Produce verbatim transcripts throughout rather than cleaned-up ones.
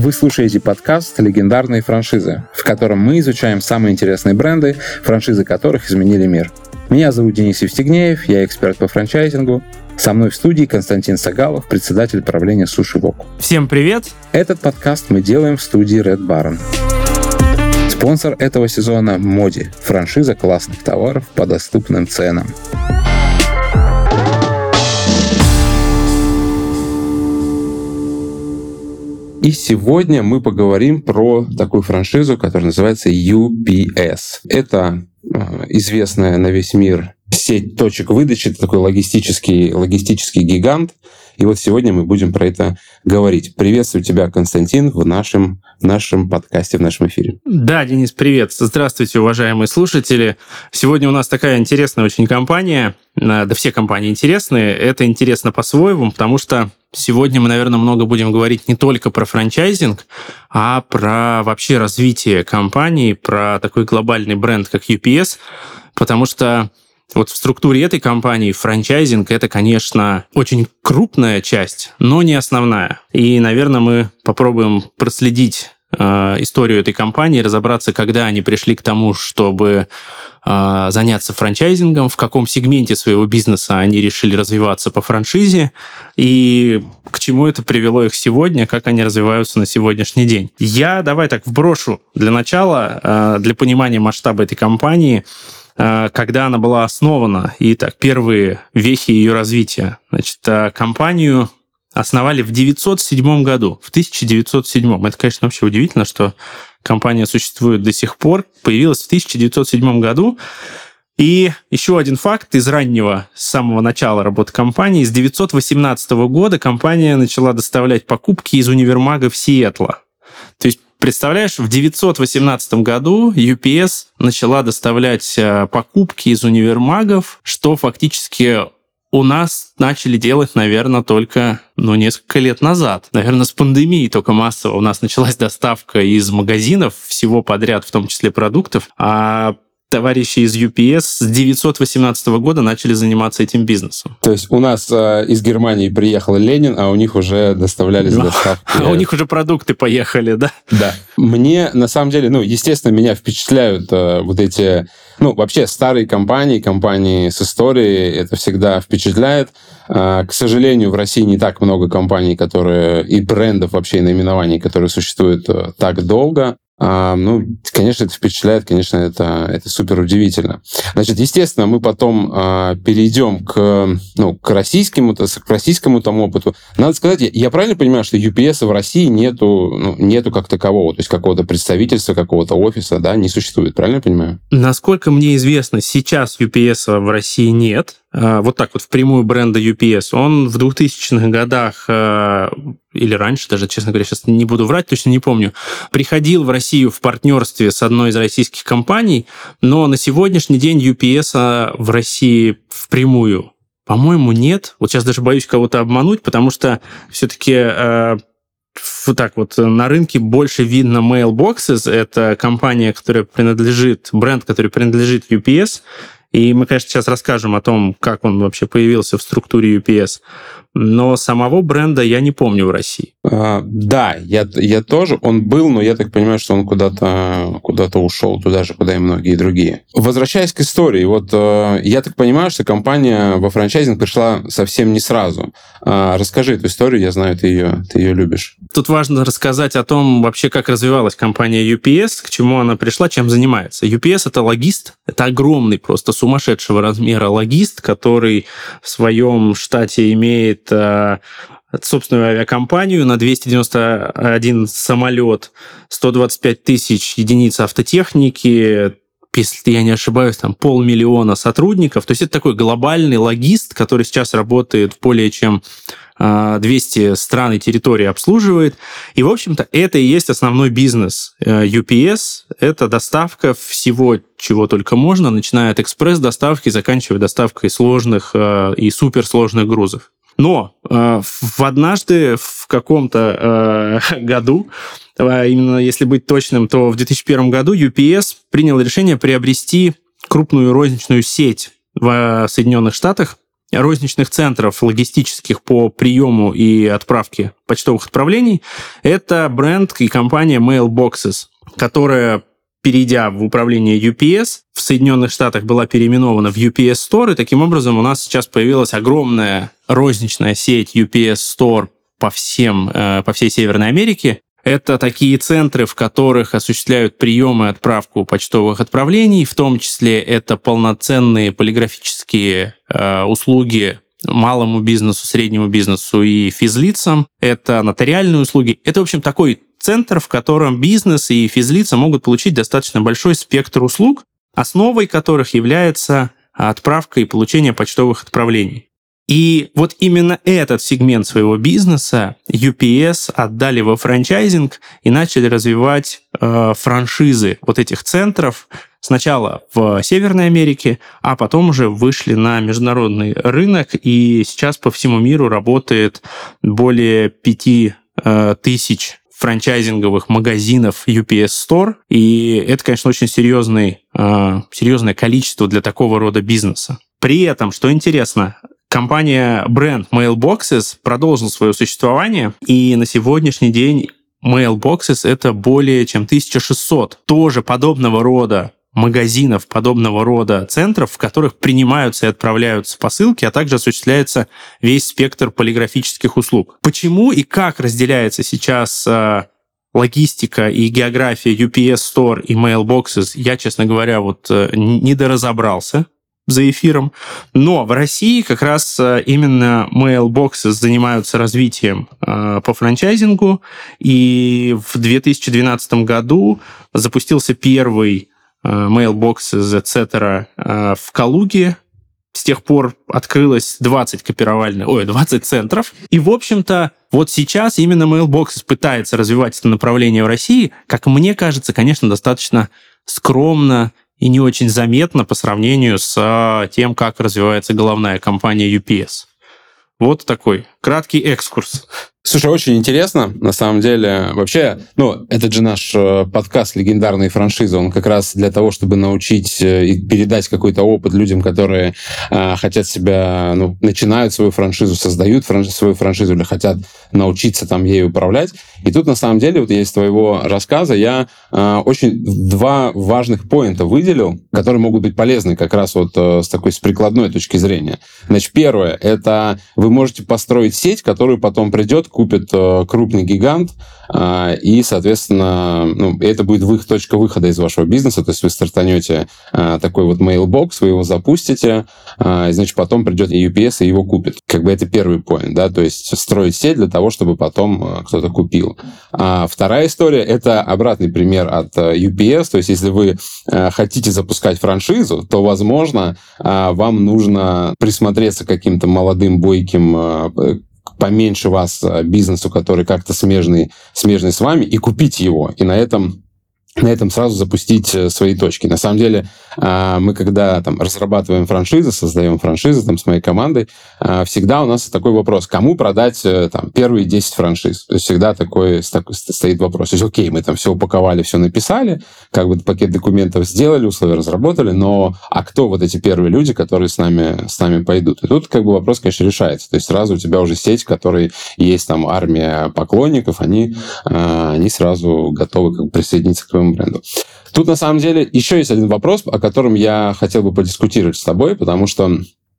Вы слушаете подкаст «Легендарные франшизы», в котором мы изучаем самые интересные бренды, франшизы которых изменили мир. Меня зовут Денис Евстигнеев, я эксперт по франчайзингу. Со мной в студии Константин Сагалов, председатель правления Суши Вок. Всем привет! Этот подкаст мы делаем в студии Red Baron. Спонсор этого сезона – Моди, франшиза классных товаров по доступным ценам. И сегодня мы поговорим про такую франшизу, которая называется ю пи эс. Это известная на весь мир сеть точек выдачи, это такой логистический, логистический гигант. И вот сегодня мы будем про это говорить. Приветствую тебя, Константин, в нашем, в нашем подкасте, в нашем эфире. Да, Денис, привет. Здравствуйте, уважаемые слушатели. Сегодня у нас такая интересная очень компания. Да, все компании интересные. Это интересно по-своему, потому что сегодня мы, наверное, много будем говорить не только про франчайзинг, а про вообще развитие компании, про такой глобальный бренд, как ю пи эс, потому что вот в структуре этой компании франчайзинг — это, конечно, очень крупная часть, но не основная. И, наверное, мы попробуем проследить э, историю этой компании, разобраться, когда они пришли к тому, чтобы э, заняться франчайзингом, в каком сегменте своего бизнеса они решили развиваться по франшизе, и к чему это привело их сегодня, как они развиваются на сегодняшний день. Я давай так вброшу для начала, э, для понимания масштаба этой компании, когда она была основана, и так, первые вехи ее развития. Значит, компанию основали в девятьсот седьмом году, в тысяча девятьсот седьмом. Это, конечно, вообще удивительно, что компания существует до сих пор. Появилась в тысяча девятьсот седьмом году. И еще один факт из раннего, с самого начала работы компании. С девятьсот восемнадцатого года компания начала доставлять покупки из универмагов Сиэтла. То есть, представляешь, в девятьсот восемнадцатом году ю пи эс начала доставлять покупки из универмагов, что фактически у нас начали делать, наверное, только ну, несколько лет назад. Наверное, с пандемией только массово у нас началась доставка из магазинов всего подряд, в том числе продуктов, а товарищи из ю пи эс с девятьсот восемнадцатого года начали заниматься этим бизнесом. То есть у нас э, из Германии приехал Ленин, а у них уже доставлялись ну, доставки. А у них уже продукты поехали, да? Да. Мне, на самом деле, ну, естественно, меня впечатляют э, вот эти... Ну, вообще, старые компании, компании с историей, это всегда впечатляет. Э, к сожалению, в России не так много компаний, которые... И брендов вообще, и наименований, которые существуют э, так долго. А, ну, конечно, это впечатляет, конечно, это, это супер удивительно. Значит, естественно, мы потом а, перейдем к, ну, к российскому, к российскому тому опыту. Надо сказать, я, я правильно понимаю, что ю пи эс в России нету, ну, нету как такового, то есть какого-то представительства, какого-то офиса, да, не существует, правильно я понимаю? Насколько мне известно, сейчас ю пи эс в России нет. Вот так вот впрямую бренда ю пи эс. Он в двухтысячных годах, или раньше даже, честно говоря, сейчас не буду врать, точно не помню, приходил в Россию в партнерстве с одной из российских компаний, но на сегодняшний день ю пи эс в России впрямую, по-моему, нет. Вот сейчас даже боюсь кого-то обмануть, потому что все-таки вот так вот на рынке больше видно Mailboxes. Это компания, которая принадлежит, бренд, который принадлежит ю пи эс. И мы, конечно, сейчас расскажем о том, как он вообще появился в структуре ю пи эс. Но самого бренда я не помню в России. А, да, я, я тоже. Он был, но я так понимаю, что он куда-то, куда-то ушел туда же, куда и многие другие. Возвращаясь к истории, вот я так понимаю, что компания во франчайзинг пришла совсем не сразу. А, расскажи эту историю, я знаю, ты ее, ты ее любишь. Тут важно рассказать о том, вообще, как развивалась компания ю пи эс, к чему она пришла, чем занимается. ю пи эс — это логист, это огромный, просто сумасшедшего размера логист, который в своем штате имеет собственную авиакомпанию на двести девяносто один самолет, сто двадцать пять тысяч единиц автотехники, если я не ошибаюсь, там полмиллиона сотрудников. То есть это такой глобальный логист, который сейчас работает в более чем двести стран и территорий обслуживает. И, в общем-то, это и есть основной бизнес ю пи эс. Это доставка всего, чего только можно, начиная от экспресс-доставки, заканчивая доставкой сложных и суперсложных грузов. Но э, в однажды в каком-то э, году, э, именно если быть точным, то в две тысячи первом году ю пи эс принял решение приобрести крупную розничную сеть в Соединенных Штатах. розничных центров логистических по приему и отправке почтовых отправлений, это бренд и компания Mailboxes, которая, перейдя в управление ю пи эс, в Соединенных Штатах была переименована в ю пи эс Store, и таким образом у нас сейчас появилась огромная розничная сеть ю пи эс Store по, всем, по всей Северной Америке. Это такие центры, в которых осуществляют прием и отправку почтовых отправлений, в том числе это полноценные полиграфические э, услуги малому бизнесу, среднему бизнесу и физлицам. Это нотариальные услуги. Это, в общем, такой центр, в котором бизнес и физлица могут получить достаточно большой спектр услуг, основой которых является отправка и получение почтовых отправлений. И вот именно этот сегмент своего бизнеса ю пи эс отдали во франчайзинг и начали развивать э, франшизы вот этих центров сначала в Северной Америке, а потом уже вышли на международный рынок, и сейчас по всему миру работает более пяти э, тысяч франчайзинговых магазинов ю пи эс Store, и это, конечно, очень серьезный, э, серьезное количество для такого рода бизнеса. При этом, что интересно, компания, бренд Mailboxes продолжил свое существование, и на сегодняшний день Mailboxes — это более чем тысяча шестьсот тоже подобного рода магазинов, подобного рода центров, в которых принимаются и отправляются посылки, а также осуществляется весь спектр полиграфических услуг. Почему и как разделяется сейчас э, логистика и география ю пи эс Store и Mailboxes, я, честно говоря, вот э, недоразобрался за эфиром. Но в России как раз именно Mailboxes занимаются развитием э, по франчайзингу, и в две тысячи двенадцатом году запустился первый э, Mailboxes, et cetera э, в Калуге. С тех пор открылось двадцать копировальных, ой, двадцать центров. И, в общем-то, вот сейчас именно Mailboxes пытается развивать это направление в России, как мне кажется, конечно, достаточно скромно и не очень заметно по сравнению с тем, как развивается головная компания ю пи эс. Вот такой краткий экскурс. Слушай, очень интересно, на самом деле. Вообще, ну, этот же наш подкаст «Легендарные франшизы», он как раз для того, чтобы научить и передать какой-то опыт людям, которые э, хотят себя, ну, начинают свою франшизу, создают франш... свою франшизу или хотят научиться там ею управлять. И тут, на самом деле, вот из твоего рассказа я э, очень два важных поинта выделил, которые могут быть полезны как раз вот э, с такой с прикладной точки зрения. Значит, первое, это вы можете построить сеть, которую потом придет, купит э, крупный гигант, э, и, соответственно, ну, это будет вы, точка выхода из вашего бизнеса, то есть вы стартанете э, такой вот mailbox, вы его запустите, э, и, значит, потом придет ю пи эс и его купит. Как бы это первый поинт, да, то есть строить сеть для того, чтобы потом э, кто-то купил. А вторая история — это обратный пример от э, ю пи эс, то есть если вы э, хотите запускать франшизу, то, возможно, э, вам нужно присмотреться к каким-то молодым, бойким, э, поменьше вас бизнесу, который как-то смежный, смежный с вами, и купить его. И на этом, на этом сразу запустить свои точки. На самом деле, мы когда там разрабатываем франшизы, создаем франшизы там, с моей командой, всегда у нас такой вопрос, кому продать там, первые десять франшиз. То есть всегда такой, такой стоит вопрос. То есть, окей, мы там все упаковали, все написали, как бы пакет документов сделали, условия разработали, но а кто вот эти первые люди, которые с нами, с нами пойдут? И тут как бы вопрос, конечно, решается. То есть сразу у тебя уже сеть, в которой есть там армия поклонников, они, они сразу готовы как бы присоединиться к твоему бренду. Тут, на самом деле, еще есть один вопрос, о котором я хотел бы подискутировать с тобой, потому что,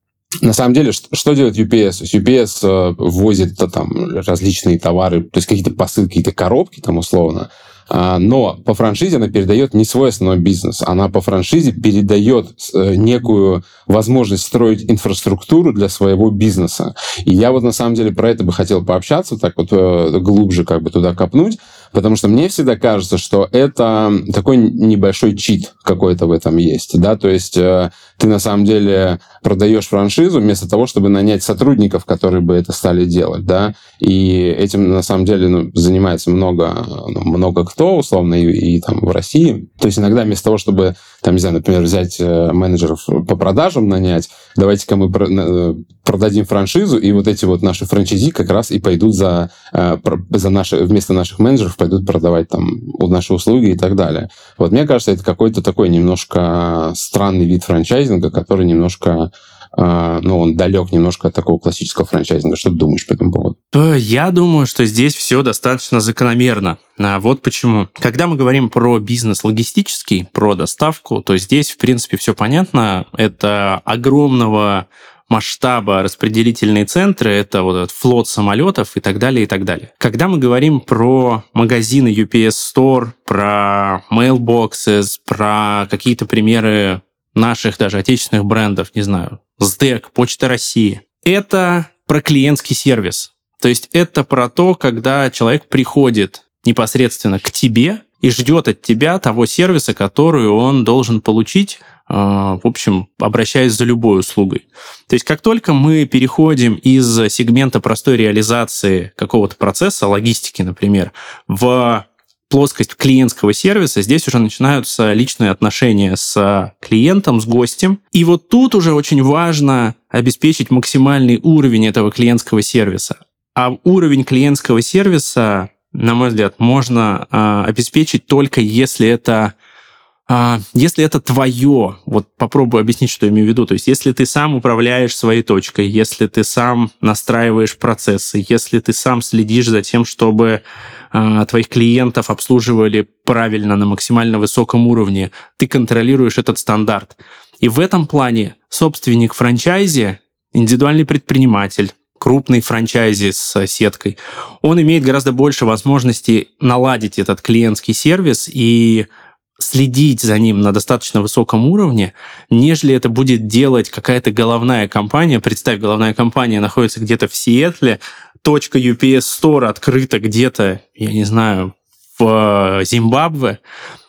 на самом деле, что, что делает ю пи эс? ю пи эс э, ввозит там различные товары, то есть какие-то посылки, какие-то коробки, там, условно, э, но по франшизе она передает не свой основной бизнес, она по франшизе передает э, некую возможность строить инфраструктуру для своего бизнеса. И я вот, на самом деле, про это бы хотел пообщаться, так вот э, глубже как бы туда копнуть, потому что мне всегда кажется, что это такой небольшой чит какой-то в этом есть, да, то есть э, ты на самом деле продаешь франшизу вместо того, чтобы нанять сотрудников, которые бы это стали делать, да, и этим на самом деле ну, занимается много, ну, много кто, условно, и, и там в России. То есть иногда вместо того, чтобы, там, не знаю, например, взять менеджеров по продажам нанять, давайте-ка мы продадим франшизу, и вот эти вот наши франчайзи как раз и пойдут за, за наши, вместо наших менеджеров пойдут продавать там наши услуги и так далее. Вот мне кажется, это какой-то такой немножко странный вид франчайзинга, который немножко ну, он далек немножко от такого классического франчайзинга. Что ты думаешь по этому поводу? Я думаю, что здесь все достаточно закономерно. А вот почему. Когда мы говорим про бизнес логистический, про доставку, то здесь, в принципе, все понятно. Это огромного масштаба распределительные центры, это вот этот флот самолетов и так далее, и так далее. Когда мы говорим про магазины ю пи эс Store, про mailboxes, про какие-то примеры наших даже отечественных брендов, не знаю, сдэк, Почта России, это про клиентский сервис. То есть это про то, когда человек приходит непосредственно к тебе и ждет от тебя того сервиса, который он должен получить, в общем, обращаясь за любой услугой. То есть как только мы переходим из сегмента простой реализации какого-то процесса, логистики, например, в плоскость клиентского сервиса, здесь уже начинаются личные отношения с клиентом, с гостем. И вот тут уже очень важно обеспечить максимальный уровень этого клиентского сервиса. А уровень клиентского сервиса, на мой взгляд, можно а, обеспечить только если это Если это твое, вот попробую объяснить, что я имею в виду. То есть если ты сам управляешь своей точкой, если ты сам настраиваешь процессы, если ты сам следишь за тем, чтобы э, твоих клиентов обслуживали правильно на максимально высоком уровне, ты контролируешь этот стандарт. И в этом плане собственник франчайзи, индивидуальный предприниматель, крупный франчайзи с сеткой, он имеет гораздо больше возможностей наладить этот клиентский сервис и следить за ним на достаточно высоком уровне, нежели это будет делать какая-то головная компания. Представь, головная компания находится где-то в Сиэтле, точка ю пи эс Store открыта где-то, я не знаю, в Зимбабве,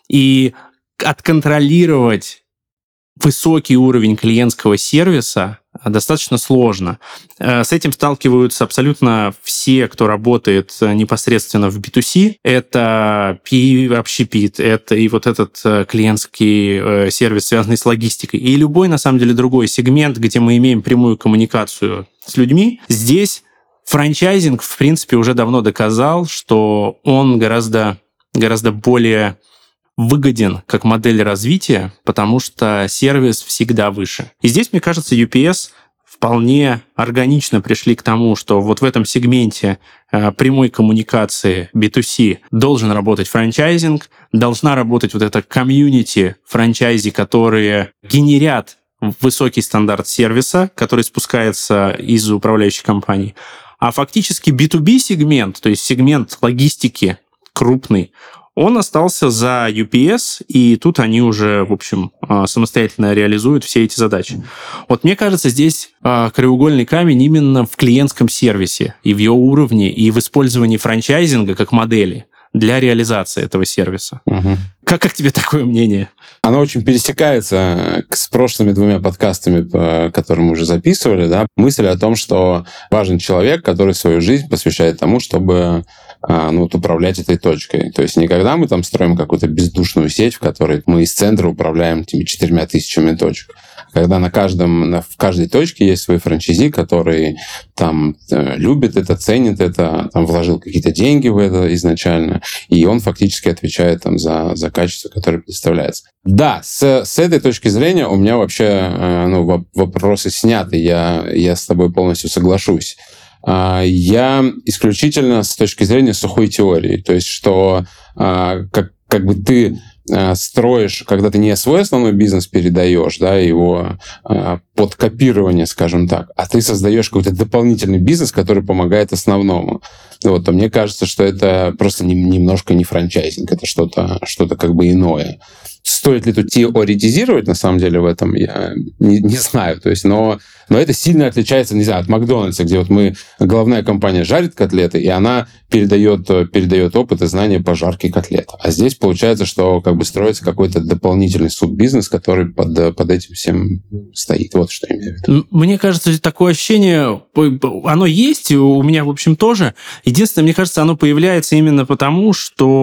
и отконтролировать высокий уровень клиентского сервиса достаточно сложно. С этим сталкиваются абсолютно все, кто работает непосредственно в би ту си. Это пи общепит, это и вот этот клиентский сервис, связанный с логистикой, и любой, на самом деле, другой сегмент, где мы имеем прямую коммуникацию с людьми. Здесь франчайзинг, в принципе, уже давно доказал, что он гораздо, гораздо более выгоден как модель развития, потому что сервис всегда выше. И здесь, мне кажется, ю пи эс вполне органично пришли к тому, что вот в этом сегменте э, прямой коммуникации би ту си должен работать франчайзинг, должна работать вот эта комьюнити франчайзи, которые генерят высокий стандарт сервиса, который спускается из управляющей компании. А фактически би ту би сегмент, то есть сегмент логистики крупный, он остался за ю пи эс, и тут они уже, в общем, самостоятельно реализуют все эти задачи. Вот мне кажется, здесь краеугольный камень именно в клиентском сервисе, и в его уровне, и в использовании франчайзинга как модели для реализации этого сервиса. Угу. Как, как тебе такое мнение? Оно очень пересекается с прошлыми двумя подкастами, которые мы уже записывали. Да? Мысль о том, что важен человек, который свою жизнь посвящает тому, чтобы ну, вот, управлять этой точкой. То есть не когда мы там строим какую-то бездушную сеть, в которой мы из центра управляем теми четырьмя тысячами точек. Когда на каждом, на, в каждой точке есть свой франчайзи, который там э, любит это, ценит это, там вложил какие-то деньги в это изначально, и он фактически отвечает там за, за качество, которое представляется. Да, с, с этой точки зрения у меня вообще э, ну, вопросы сняты, я, я с тобой полностью соглашусь. Э, я исключительно с точки зрения сухой теории, то есть что э, как, как бы ты строишь, когда ты не свой основной бизнес передаешь, да, его э, под копирование, скажем так, а ты создаешь какой-то дополнительный бизнес, который помогает основному. Вот, то мне кажется, что это просто не, немножко не франчайзинг, это что-то, что-то как бы иное. Стоит ли тут теоретизировать, на самом деле, в этом, я не, не знаю. То есть, но, но это сильно отличается, не знаю, от Макдональдса, где вот мы, главная компания жарит котлеты, и она передает, передает опыт и знания по жарке котлет. А здесь получается, что как бы строится какой-то дополнительный суббизнес, который под, под этим всем стоит. Вот что я имею в виду. Мне кажется, такое ощущение, оно есть, у меня, в общем, тоже. Единственное, мне кажется, оно появляется именно потому, что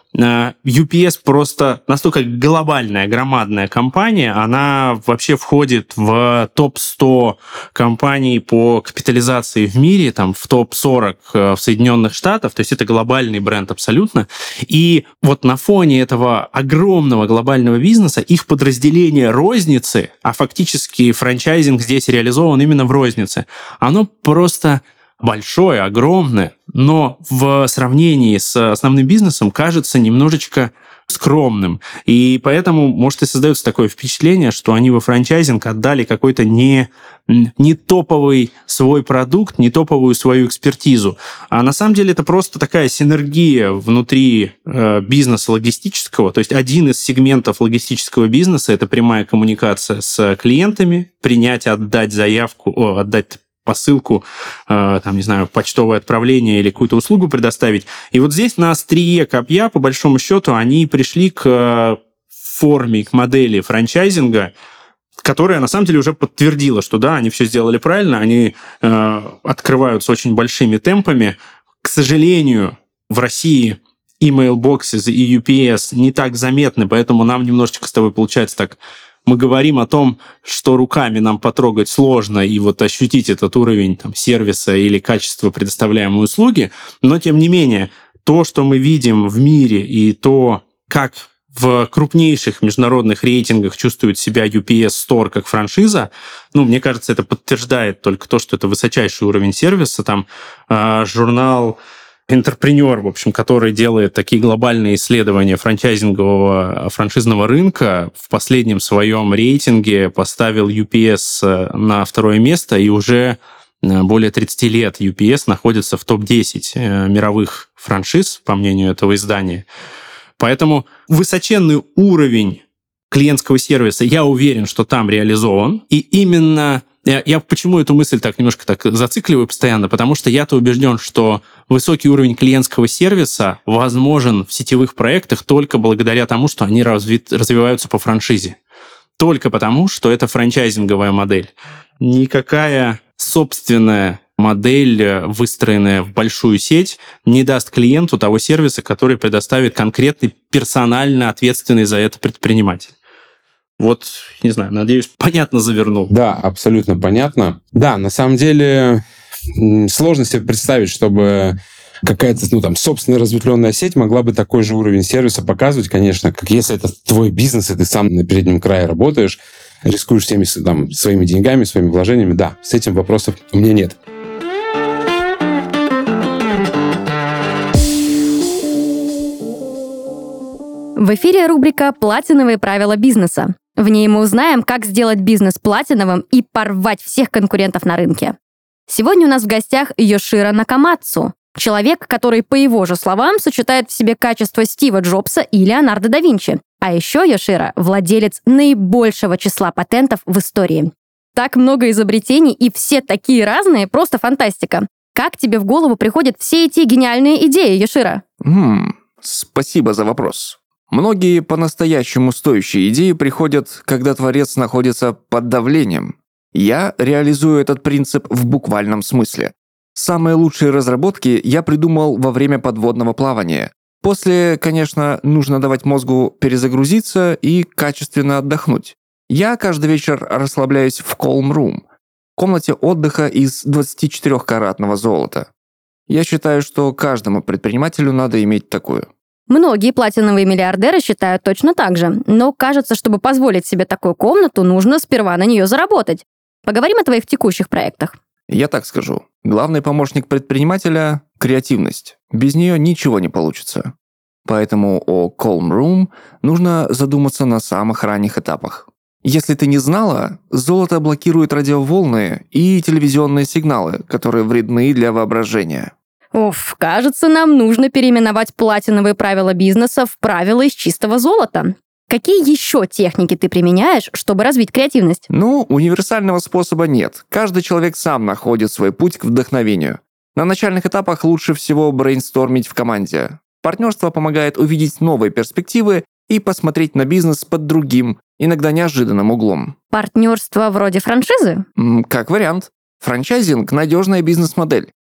ю пи эс просто настолько глобальная, громадная компания, она вообще входит в топ сто компаний по капитализации в мире, там, в топ сорок в Соединенных Штатах, то есть это глобальный бренд абсолютно. И вот на фоне этого огромного глобального бизнеса их подразделение розницы, а фактически франчайзинг здесь реализован именно в рознице, оно просто большое, огромное, но в сравнении с основным бизнесом кажется немножечко скромным. И поэтому, может, и создается такое впечатление, что они во франчайзинг отдали какой-то не, не топовый свой продукт, не топовую свою экспертизу. А на самом деле это просто такая синергия внутри э, бизнеса логистического. То есть один из сегментов логистического бизнеса — это прямая коммуникация с клиентами, принять, отдать заявку, о, отдать посылку, э, там, не знаю, почтовое отправление или какую-то услугу предоставить. И вот здесь на острие копья, по большому счету, они пришли к форме, к модели франчайзинга, которая на самом деле уже подтвердила, что да, они все сделали правильно, они э, открываются очень большими темпами. К сожалению, в России и Mailboxes, и ю пи эс не так заметны, поэтому нам немножечко с тобой получается так. Мы говорим о том, что руками нам потрогать сложно и вот ощутить этот уровень там, сервиса или качества предоставляемой услуги, но тем не менее, то, что мы видим в мире и то, как в крупнейших международных рейтингах чувствует себя ю пи эс Store как франшиза, ну, мне кажется, это подтверждает только то, что это высочайший уровень сервиса. Там э, журнал Entrepreneur, в общем, который делает такие глобальные исследования франчайзингового франшизного рынка, в последнем своем рейтинге поставил ю пи эс на второе место, и уже более тридцать лет ю пи эс находится в топ десять мировых франшиз, по мнению этого издания. Поэтому высоченный уровень клиентского сервиса, я уверен, что там реализован, и именно Я, я почему эту мысль так немножко так зацикливаю постоянно? Потому что я-то убежден, что высокий уровень клиентского сервиса возможен в сетевых проектах только благодаря тому, что они разви- развиваются по франшизе. Только потому, что это франчайзинговая модель. Никакая собственная модель, выстроенная в большую сеть, не даст клиенту того сервиса, который предоставит конкретный, персонально ответственный за это предприниматель. Вот, не знаю, надеюсь, понятно завернул. Да, абсолютно понятно. Да, на самом деле сложно себе представить, чтобы какая-то, ну, там, собственная разветвленная сеть могла бы такой же уровень сервиса показывать, конечно, как если это твой бизнес, и ты сам на переднем крае работаешь, рискуешь всеми там, своими деньгами, своими вложениями. Да, с этим вопросов у меня нет. В эфире рубрика «Платиновые правила бизнеса». В ней мы узнаем, как сделать бизнес платиновым и порвать всех конкурентов на рынке. Сегодня у нас в гостях Йоширо Накамацу, человек, который, по его же словам, сочетает в себе качества Стива Джобса и Леонардо да Винчи. А еще Йоширо – владелец наибольшего числа патентов в истории. Так много изобретений, и все такие разные, просто фантастика. Как тебе в голову приходят все эти гениальные идеи, Йоширо? Хм, спасибо за вопрос. Многие по-настоящему стоящие идеи приходят, когда творец находится под давлением. Я реализую этот принцип в буквальном смысле. Самые лучшие разработки я придумал во время подводного плавания. После, конечно, нужно давать мозгу перезагрузиться и качественно отдохнуть. Я каждый вечер расслабляюсь в Calm Room, комнате отдыха из двадцатичетырёхкаратного золота. Я считаю, что каждому предпринимателю надо иметь такую. Многие платиновые миллиардеры считают точно так же, но кажется, чтобы позволить себе такую комнату, нужно сперва на нее заработать. Поговорим о твоих текущих проектах. Я так скажу. Главный помощник предпринимателя – креативность. Без нее ничего не получится. Поэтому о Calm Room нужно задуматься на самых ранних этапах. Если ты не знала, золото блокирует радиоволны и телевизионные сигналы, которые вредны для воображения. Уф, кажется, нам нужно переименовать платиновые правила бизнеса в правила из чистого золота. Какие еще техники ты применяешь, чтобы развить креативность? Ну, универсального способа нет. Каждый человек сам находит свой путь к вдохновению. На начальных этапах лучше всего брейнстормить в команде. Партнерство помогает увидеть новые перспективы и посмотреть на бизнес под другим, иногда неожиданным углом. Партнерство вроде франшизы? М, как вариант. Франчайзинг – надежная бизнес-модель.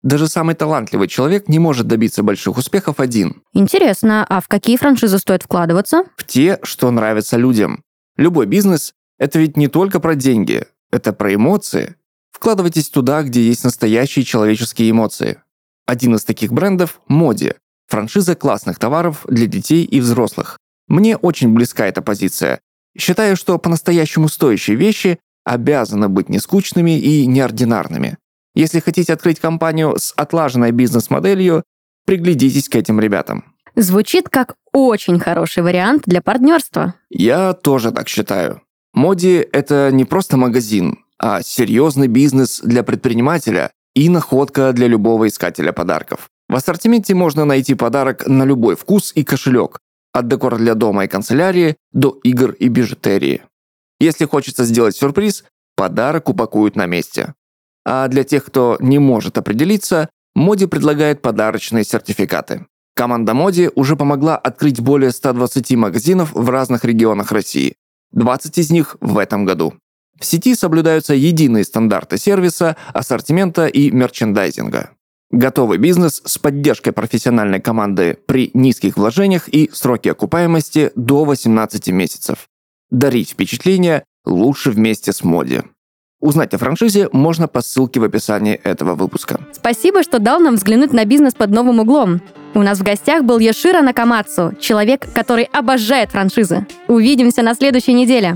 Даже самый талантливый человек не может добиться больших успехов один. Интересно, а в какие франшизы стоит вкладываться? В те, что нравятся людям. Любой бизнес – это ведь не только про деньги, это про эмоции. Вкладывайтесь туда, где есть настоящие человеческие эмоции. Один из таких брендов – Моди. Франшиза классных товаров для детей и взрослых. Мне очень близка эта позиция. Считаю, что по-настоящему стоящие вещи обязаны быть не скучными и неординарными. Если хотите открыть компанию с отлаженной бизнес-моделью, приглядитесь к этим ребятам. Звучит как очень хороший вариант для партнерства. Я тоже так считаю. Моди – это не просто магазин, а серьезный бизнес для предпринимателя и находка для любого искателя подарков. В ассортименте можно найти подарок на любой вкус и кошелек, от декора для дома и канцелярии до игр и бижутерии. Если хочется сделать сюрприз, подарок упакуют на месте. А для тех, кто не может определиться, Моди предлагает подарочные сертификаты. Команда Моди уже помогла открыть более ста двадцати магазинов в разных регионах России. двадцать из них в этом году. В сети соблюдаются единые стандарты сервиса, ассортимента и мерчендайзинга. Готовый бизнес с поддержкой профессиональной команды при низких вложениях и сроке окупаемости до восемнадцати месяцев. Дарить впечатление лучше вместе с Моди. Узнать о франшизе можно по ссылке в описании этого выпуска. Спасибо, что дал нам взглянуть на бизнес под новым углом. У нас в гостях был Йоширо Накамацу, человек, который обожает франшизы. Увидимся на следующей неделе.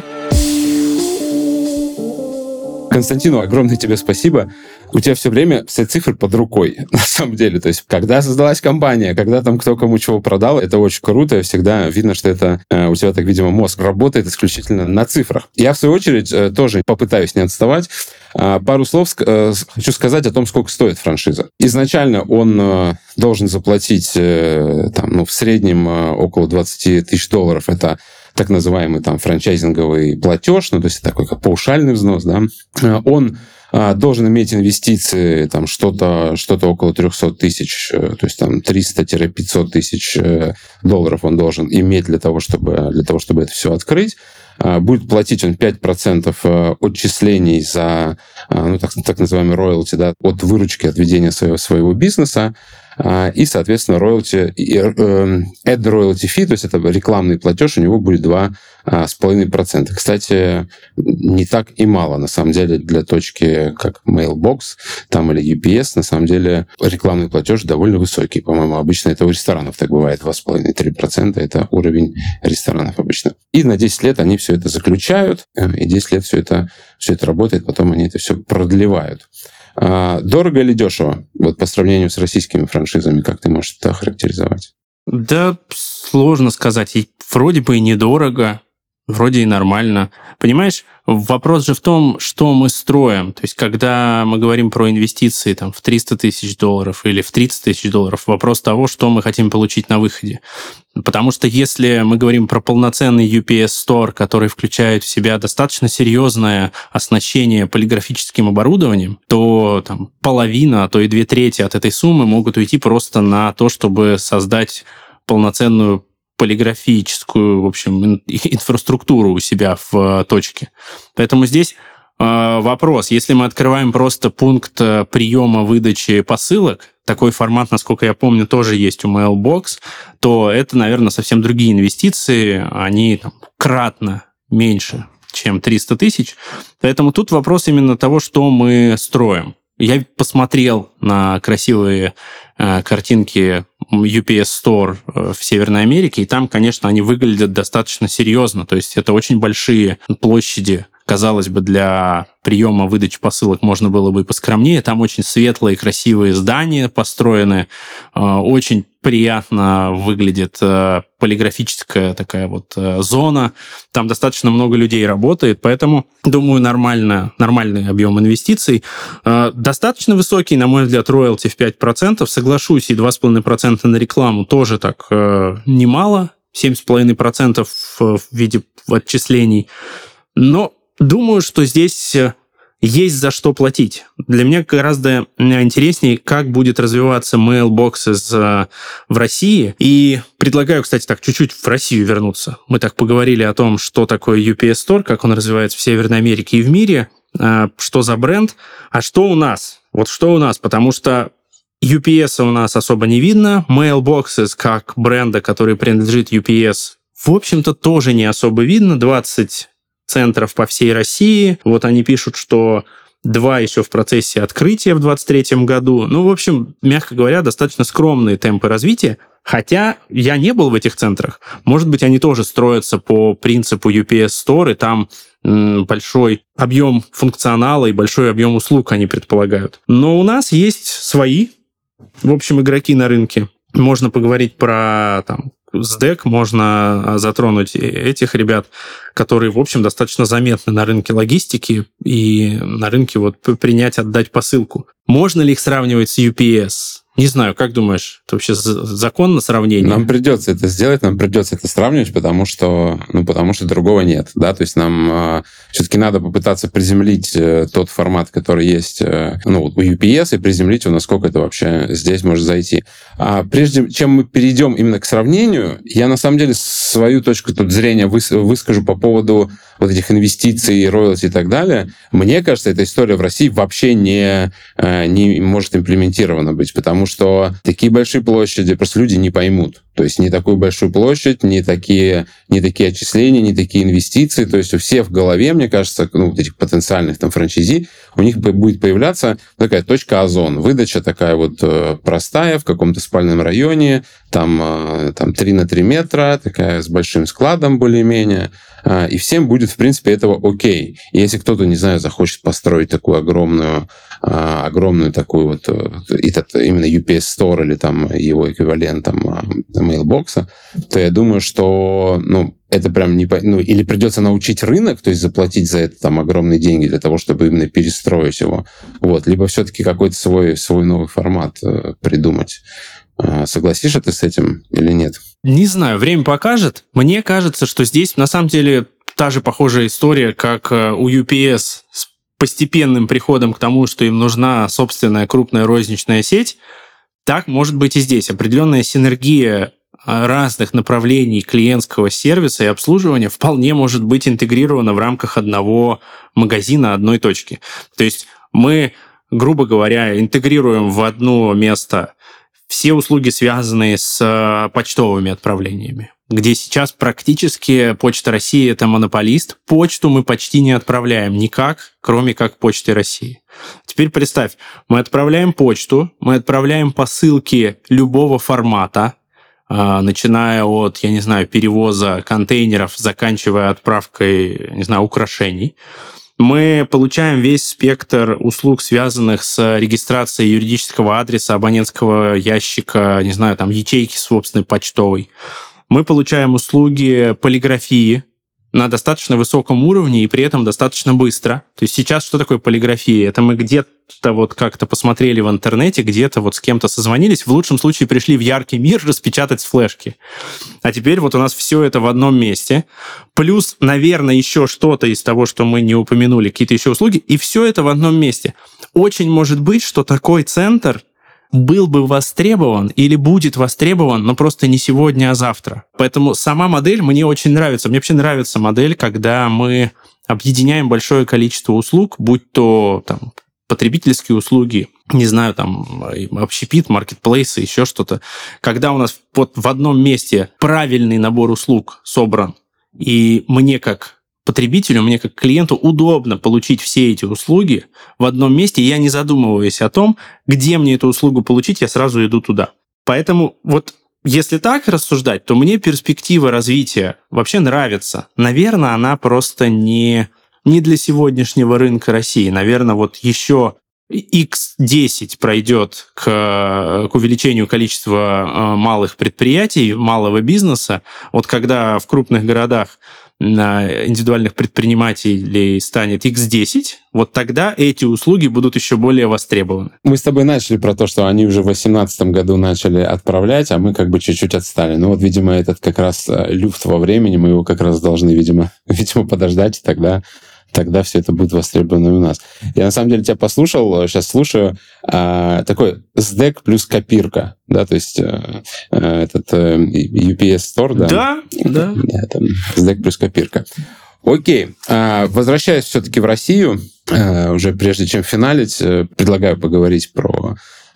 Константину, огромное тебе спасибо. У тебя все время все цифры под рукой, на самом деле. То есть, когда создалась компания, когда там кто кому чего продал, это очень круто. Всегда видно, что это э, у тебя так, видимо, мозг работает исключительно на цифрах. Я, в свою очередь, э, тоже попытаюсь не отставать. Э, пару слов э, хочу сказать о том, сколько стоит франшиза. Изначально он э, должен заплатить э, там, ну, в среднем э, около двадцать тысяч долларов. Это так называемый там франчайзинговый платеж, ну, то есть такой как паушальный взнос, да, он а, должен иметь инвестиции там что-то, что-то около триста тысяч, то есть там триста-пятьсот тысяч долларов он должен иметь для того, чтобы, для того, чтобы это все открыть. Будет платить он пять процентов отчислений за, ну, так, так называемый роялти, да, от выручки, от ведения своего, своего бизнеса. И, соответственно, роялти, add royalty fee, то есть это рекламный платеж, у него будет два с половиной процента. Кстати, не так и мало, на самом деле, для точки как Mailbox там, или ю пи эс, на самом деле, рекламный платеж довольно высокий. По-моему, обычно это у ресторанов так бывает, два с половиной - три процента, это уровень ресторанов обычно. И на десять лет они все это заключают, и десять лет все это, все это работает, потом они это все продлевают. Дорого или дешево? Вот по сравнению с российскими франшизами, как ты можешь это охарактеризовать? Да, сложно сказать. И вроде бы и недорого, вроде и нормально. Понимаешь, вопрос же в том, что мы строим. То есть, когда мы говорим про инвестиции там, в триста тысяч долларов или в тридцать тысяч долларов, вопрос того, что мы хотим получить на выходе. Потому что если мы говорим про полноценный ю пи эс Store, который включает в себя достаточно серьезное оснащение полиграфическим оборудованием, то там, половина, а то и две трети от этой суммы могут уйти просто на то, чтобы создать полноценную полиграфическую, в общем, инфраструктуру у себя в точке. Поэтому здесь вопрос, если мы открываем просто пункт приема выдачи посылок, такой формат, насколько я помню, тоже есть у Mailbox, то это, наверное, совсем другие инвестиции, они там, кратно меньше, чем триста тысяч. Поэтому тут вопрос именно того, что мы строим. Я посмотрел на красивые э, картинки ю пи эс Store в Северной Америке, и там, конечно, они выглядят достаточно серьезно. То есть это очень большие площади. Казалось бы, для приема выдачи посылок можно было бы и поскромнее. Там очень светлые, красивые здания построены. Очень приятно выглядит полиграфическая такая вот зона. Там достаточно много людей работает, поэтому, думаю, нормально, нормальный объем инвестиций. Достаточно высокий, на мой взгляд, роялти в пять процентов. Соглашусь, и два с половиной процента на рекламу тоже так немало. семь с половиной процентов в виде отчислений. Но думаю, что здесь есть за что платить. Для меня гораздо интереснее, как будет развиваться Mailboxes в России. И предлагаю, кстати, так чуть-чуть в Россию вернуться. Мы так поговорили о том, что такое ю пи эс Store, как он развивается в Северной Америке и в мире, что за бренд, а что у нас? Вот что у нас? Потому что ю пи эс у нас особо не видно. Mailboxes, как бренда, который принадлежит ю пи эс, в общем-то, тоже не особо видно. двадцать центров по всей России. Вот они пишут, что два еще в процессе открытия в двадцать третьем году. Ну, в общем, мягко говоря, достаточно скромные темпы развития. Хотя я не был в этих центрах. Может быть, они тоже строятся по принципу ю пи эс Store, и там м, большой объем функционала и большой объем услуг они предполагают. Но у нас есть свои, в общем, игроки на рынке. Можно поговорить про там, СДЭК, можно затронуть этих ребят, которые, в общем, достаточно заметны на рынке логистики и на рынке вот принять, отдать посылку. Можно ли их сравнивать с ю пи эс? Не знаю, как думаешь, это вообще законно сравнение? Нам придется это сделать, нам придется это сравнивать, потому что, ну, потому что другого нет, да, то есть нам э, все-таки надо попытаться приземлить э, тот формат, который есть, э, ну, у ю пи эс, и приземлить его, насколько это вообще здесь может зайти. А прежде чем мы перейдем именно к сравнению, я на самом деле свою точку тут зрения выс- выскажу по поводу вот этих инвестиций, роялти и так далее. Мне кажется, эта история в России вообще не, э, не может имплементирована быть, потому что такие большие площади просто люди не поймут. То есть не такую большую площадь, не такие, не такие отчисления, не такие инвестиции. То есть у всех в голове, мне кажется, ну, вот этих потенциальных там франчайзи, у них будет появляться такая точка Озон. Выдача такая вот простая в каком-то спальном районе, там, там три на три метра, такая с большим складом более-менее. И всем будет, в принципе, этого окей. И если кто-то, не знаю, захочет построить такую огромную, огромную такую вот этот, именно ю пи эс Store или там его эквивалент там Mailbox, то я думаю, что, ну, это прям не... Ну, или придется научить рынок, то есть заплатить за это там огромные деньги для того, чтобы именно перестроить его. Вот. Либо все-таки какой-то свой, свой новый формат э, придумать. Э, согласишься ты с этим или нет? Не знаю, время покажет. Мне кажется, что здесь на самом деле та же похожая история, как у ю пи эс с постепенным приходом к тому, что им нужна собственная крупная розничная сеть. Так может быть и здесь. Определенная синергия разных направлений клиентского сервиса и обслуживания вполне может быть интегрирована в рамках одного магазина, одной точки. То есть мы, грубо говоря, интегрируем в одно место все услуги, связанные с почтовыми отправлениями, где сейчас практически Почта России — это монополист. Почту мы почти не отправляем никак, кроме как Почты России. Теперь представь, мы отправляем почту, мы отправляем посылки любого формата, начиная от, я не знаю, перевоза контейнеров, заканчивая отправкой, не знаю, украшений. Мы получаем весь спектр услуг, связанных с регистрацией юридического адреса, абонентского ящика, не знаю, там, ячейки собственной почтовой. Мы получаем услуги полиграфии на достаточно высоком уровне и при этом достаточно быстро. То есть сейчас что такое полиграфия? Это мы где-то вот как-то посмотрели в интернете, где-то вот с кем-то созвонились, в лучшем случае пришли в яркий мир распечатать с флешки. А теперь вот у нас все это в одном месте. Плюс, наверное, еще что-то из того, что мы не упомянули, какие-то еще услуги, и все это в одном месте. Очень может быть, что такой центр был бы востребован или будет востребован, но просто не сегодня, а завтра. Поэтому сама модель мне очень нравится. Мне вообще нравится модель, когда мы объединяем большое количество услуг, будь то там, потребительские услуги, не знаю, там, общепит, маркетплейсы, еще что-то. Когда у нас вот в одном месте правильный набор услуг собран, и мне как потребителю, мне как клиенту удобно получить все эти услуги в одном месте, и я не задумываюсь о том, где мне эту услугу получить, я сразу иду туда. Поэтому вот если так рассуждать, то мне перспектива развития вообще нравится. Наверное, она просто не, не для сегодняшнего рынка России. Наверное, вот еще икс десять пройдет к, к увеличению количества малых предприятий, малого бизнеса. Вот когда в крупных городах на индивидуальных предпринимателей станет икс десять, вот тогда эти услуги будут еще более востребованы. Мы с тобой начали про то, что они уже в две тысячи восемнадцатом году начали отправлять, а мы как бы чуть-чуть отстали. Ну вот, видимо, этот как раз люфт во времени, мы его как раз должны, видимо, видимо подождать, и тогда... тогда все это будет востребовано у нас. Я, на самом деле, тебя послушал, сейчас слушаю, э, такой СДЭК плюс копирка, да, то есть э, этот э, ю пи эс Store, да? Да, да. Это СДЭК плюс копирка. Окей. Э, возвращаясь все-таки в Россию, э, уже прежде чем финалить, э, предлагаю поговорить про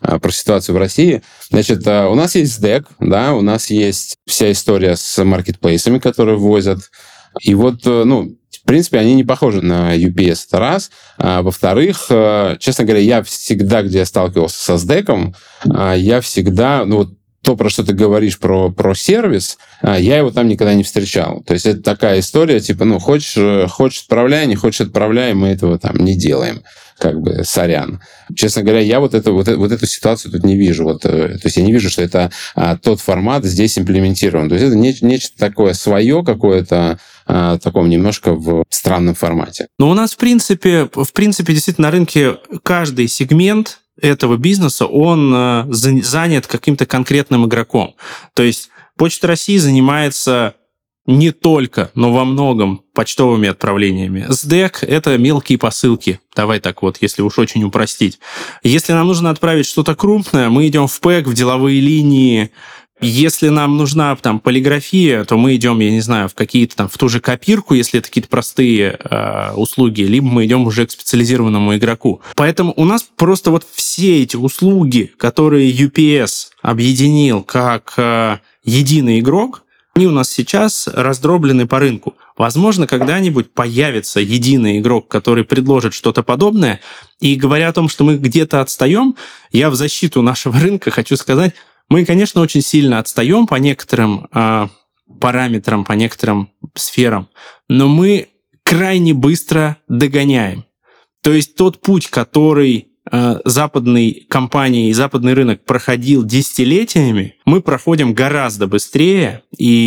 про ситуацию в России. Значит, у нас есть СДЭК, да, у нас есть вся история с маркетплейсами, которые ввозят. И вот, ну, в принципе, они не похожи на ю пи эс, это раз. А, во-вторых, честно говоря, я всегда, где я сталкивался со СДЭКом, я всегда, ну, вот то, про что ты говоришь, про, про сервис, я его там никогда не встречал. То есть это такая история, типа, ну, хочешь, хочешь отправляй, не хочешь отправляй, мы этого там не делаем. Как бы, сорян. Честно говоря, я вот, это, вот, вот эту ситуацию тут не вижу. Вот, то есть я не вижу, что это а, тот формат здесь имплементирован. То есть это не, нечто такое свое, какое-то а, таком немножко в странном формате. Но у нас, в принципе, в принципе, действительно, на рынке каждый сегмент этого бизнеса, он а, занят каким-то конкретным игроком. То есть Почта России занимается не только, но во многом почтовыми отправлениями. СДЭК — это мелкие посылки. Давай так вот, если уж очень упростить. Если нам нужно отправить что-то крупное, мы идем в ПЭК, в деловые линии. Если нам нужна там полиграфия, то мы идем, я не знаю, в какие-то там, в ту же копирку, если это какие-то простые э, услуги, либо мы идем уже к специализированному игроку. Поэтому у нас просто вот все эти услуги, которые ю пи эс объединил как э, единый игрок, они у нас сейчас раздроблены по рынку. Возможно, когда-нибудь появится единый игрок, который предложит что-то подобное. И говоря о том, что мы где-то отстаем, я в защиту нашего рынка хочу сказать, мы, конечно, очень сильно отстаем по некоторым э, параметрам, по некоторым сферам, но мы крайне быстро догоняем. То есть тот путь, который западной компании и западный рынок проходил десятилетиями, мы проходим гораздо быстрее,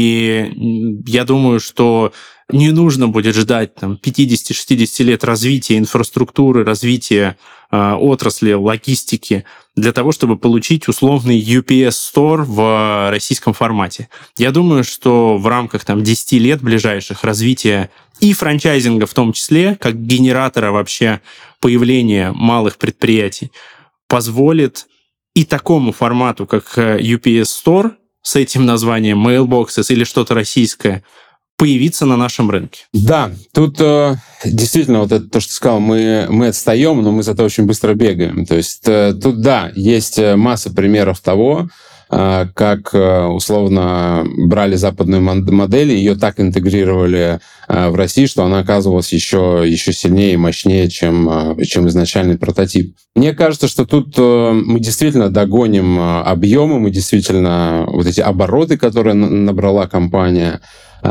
и я думаю, что не нужно будет ждать там, пятьдесят-шестьдесят лет развития инфраструктуры, развития э, отрасли, логистики для того, чтобы получить условный ю пи эс-стор в российском формате. Я думаю, что в рамках там, десять лет ближайших развития и франчайзинга в том числе, как генератора вообще появления малых предприятий, позволит и такому формату, как ю пи эс-стор с этим названием Mailboxes или что-то российское, появиться на нашем рынке. Да, тут э, действительно вот это то, что ты сказал, мы, мы отстаем, но мы зато очень быстро бегаем. То есть э, тут, да, есть масса примеров того, э, как э, условно брали западную модель, ее так интегрировали э, в России, что она оказывалась еще, еще сильнее и мощнее, чем, э, чем изначальный прототип. Мне кажется, что тут э, мы действительно догоним э, объемы, мы действительно вот эти обороты, которые набрала компания.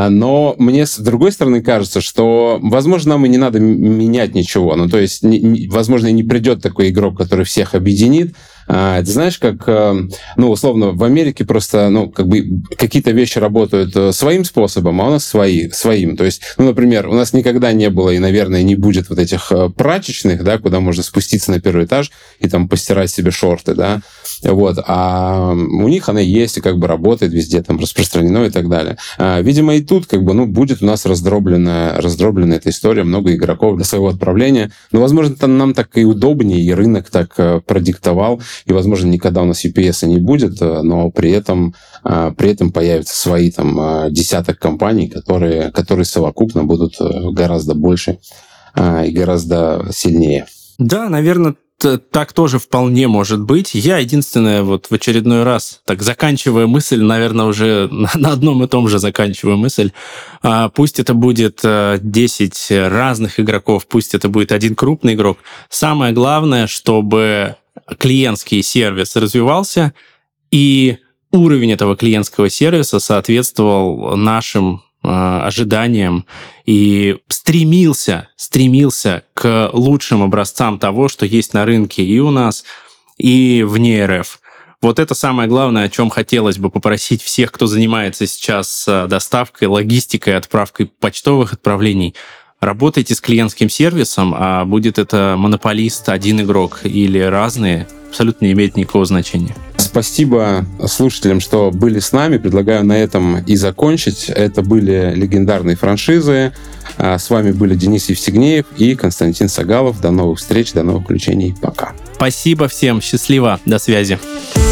Но мне, с другой стороны, кажется, что, возможно, нам и не надо менять ничего. Ну, то есть, не, не, возможно, и не придет такой игрок, который всех объединит. А, ты знаешь, как, ну, условно, в Америке просто, ну, как бы какие-то вещи работают своим способом, а у нас свои, своим. То есть, ну, например, у нас никогда не было и, наверное, не будет вот этих прачечных, да, куда можно спуститься на первый этаж и там постирать себе шорты, да. Вот. А у них она есть и как бы работает везде, там распространено и так далее. А, видимо, и тут как бы, ну, будет у нас раздробленная, раздробленная эта история, много игроков для своего отправления. Но, возможно, там нам так и удобнее, и рынок так продиктовал, и, возможно, никогда у нас ю пи эс не будет, но при этом, при этом появятся свои там десяток компаний, которые, которые совокупно будут гораздо больше и гораздо сильнее. Да, наверное, так тоже вполне может быть. Я единственное, вот в очередной раз, так заканчивая мысль, наверное, уже на одном и том же заканчиваю мысль, пусть это будет десять разных игроков, пусть это будет один крупный игрок. Самое главное, чтобы клиентский сервис развивался, и уровень этого клиентского сервиса соответствовал нашим ожиданиям и стремился, стремился к лучшим образцам того, что есть на рынке и у нас, и вне эр эф. Вот это самое главное, о чем хотелось бы попросить всех, кто занимается сейчас доставкой, логистикой, отправкой почтовых отправлений. Работайте с клиентским сервисом, а будет это монополист, один игрок или разные, абсолютно не имеет никакого значения. Спасибо слушателям, что были с нами. Предлагаю на этом и закончить. Это были легендарные франшизы. С вами были Денис Евстигнеев и Константин Сагалов. До новых встреч, до новых включений. Пока. Спасибо всем. Счастливо. До связи.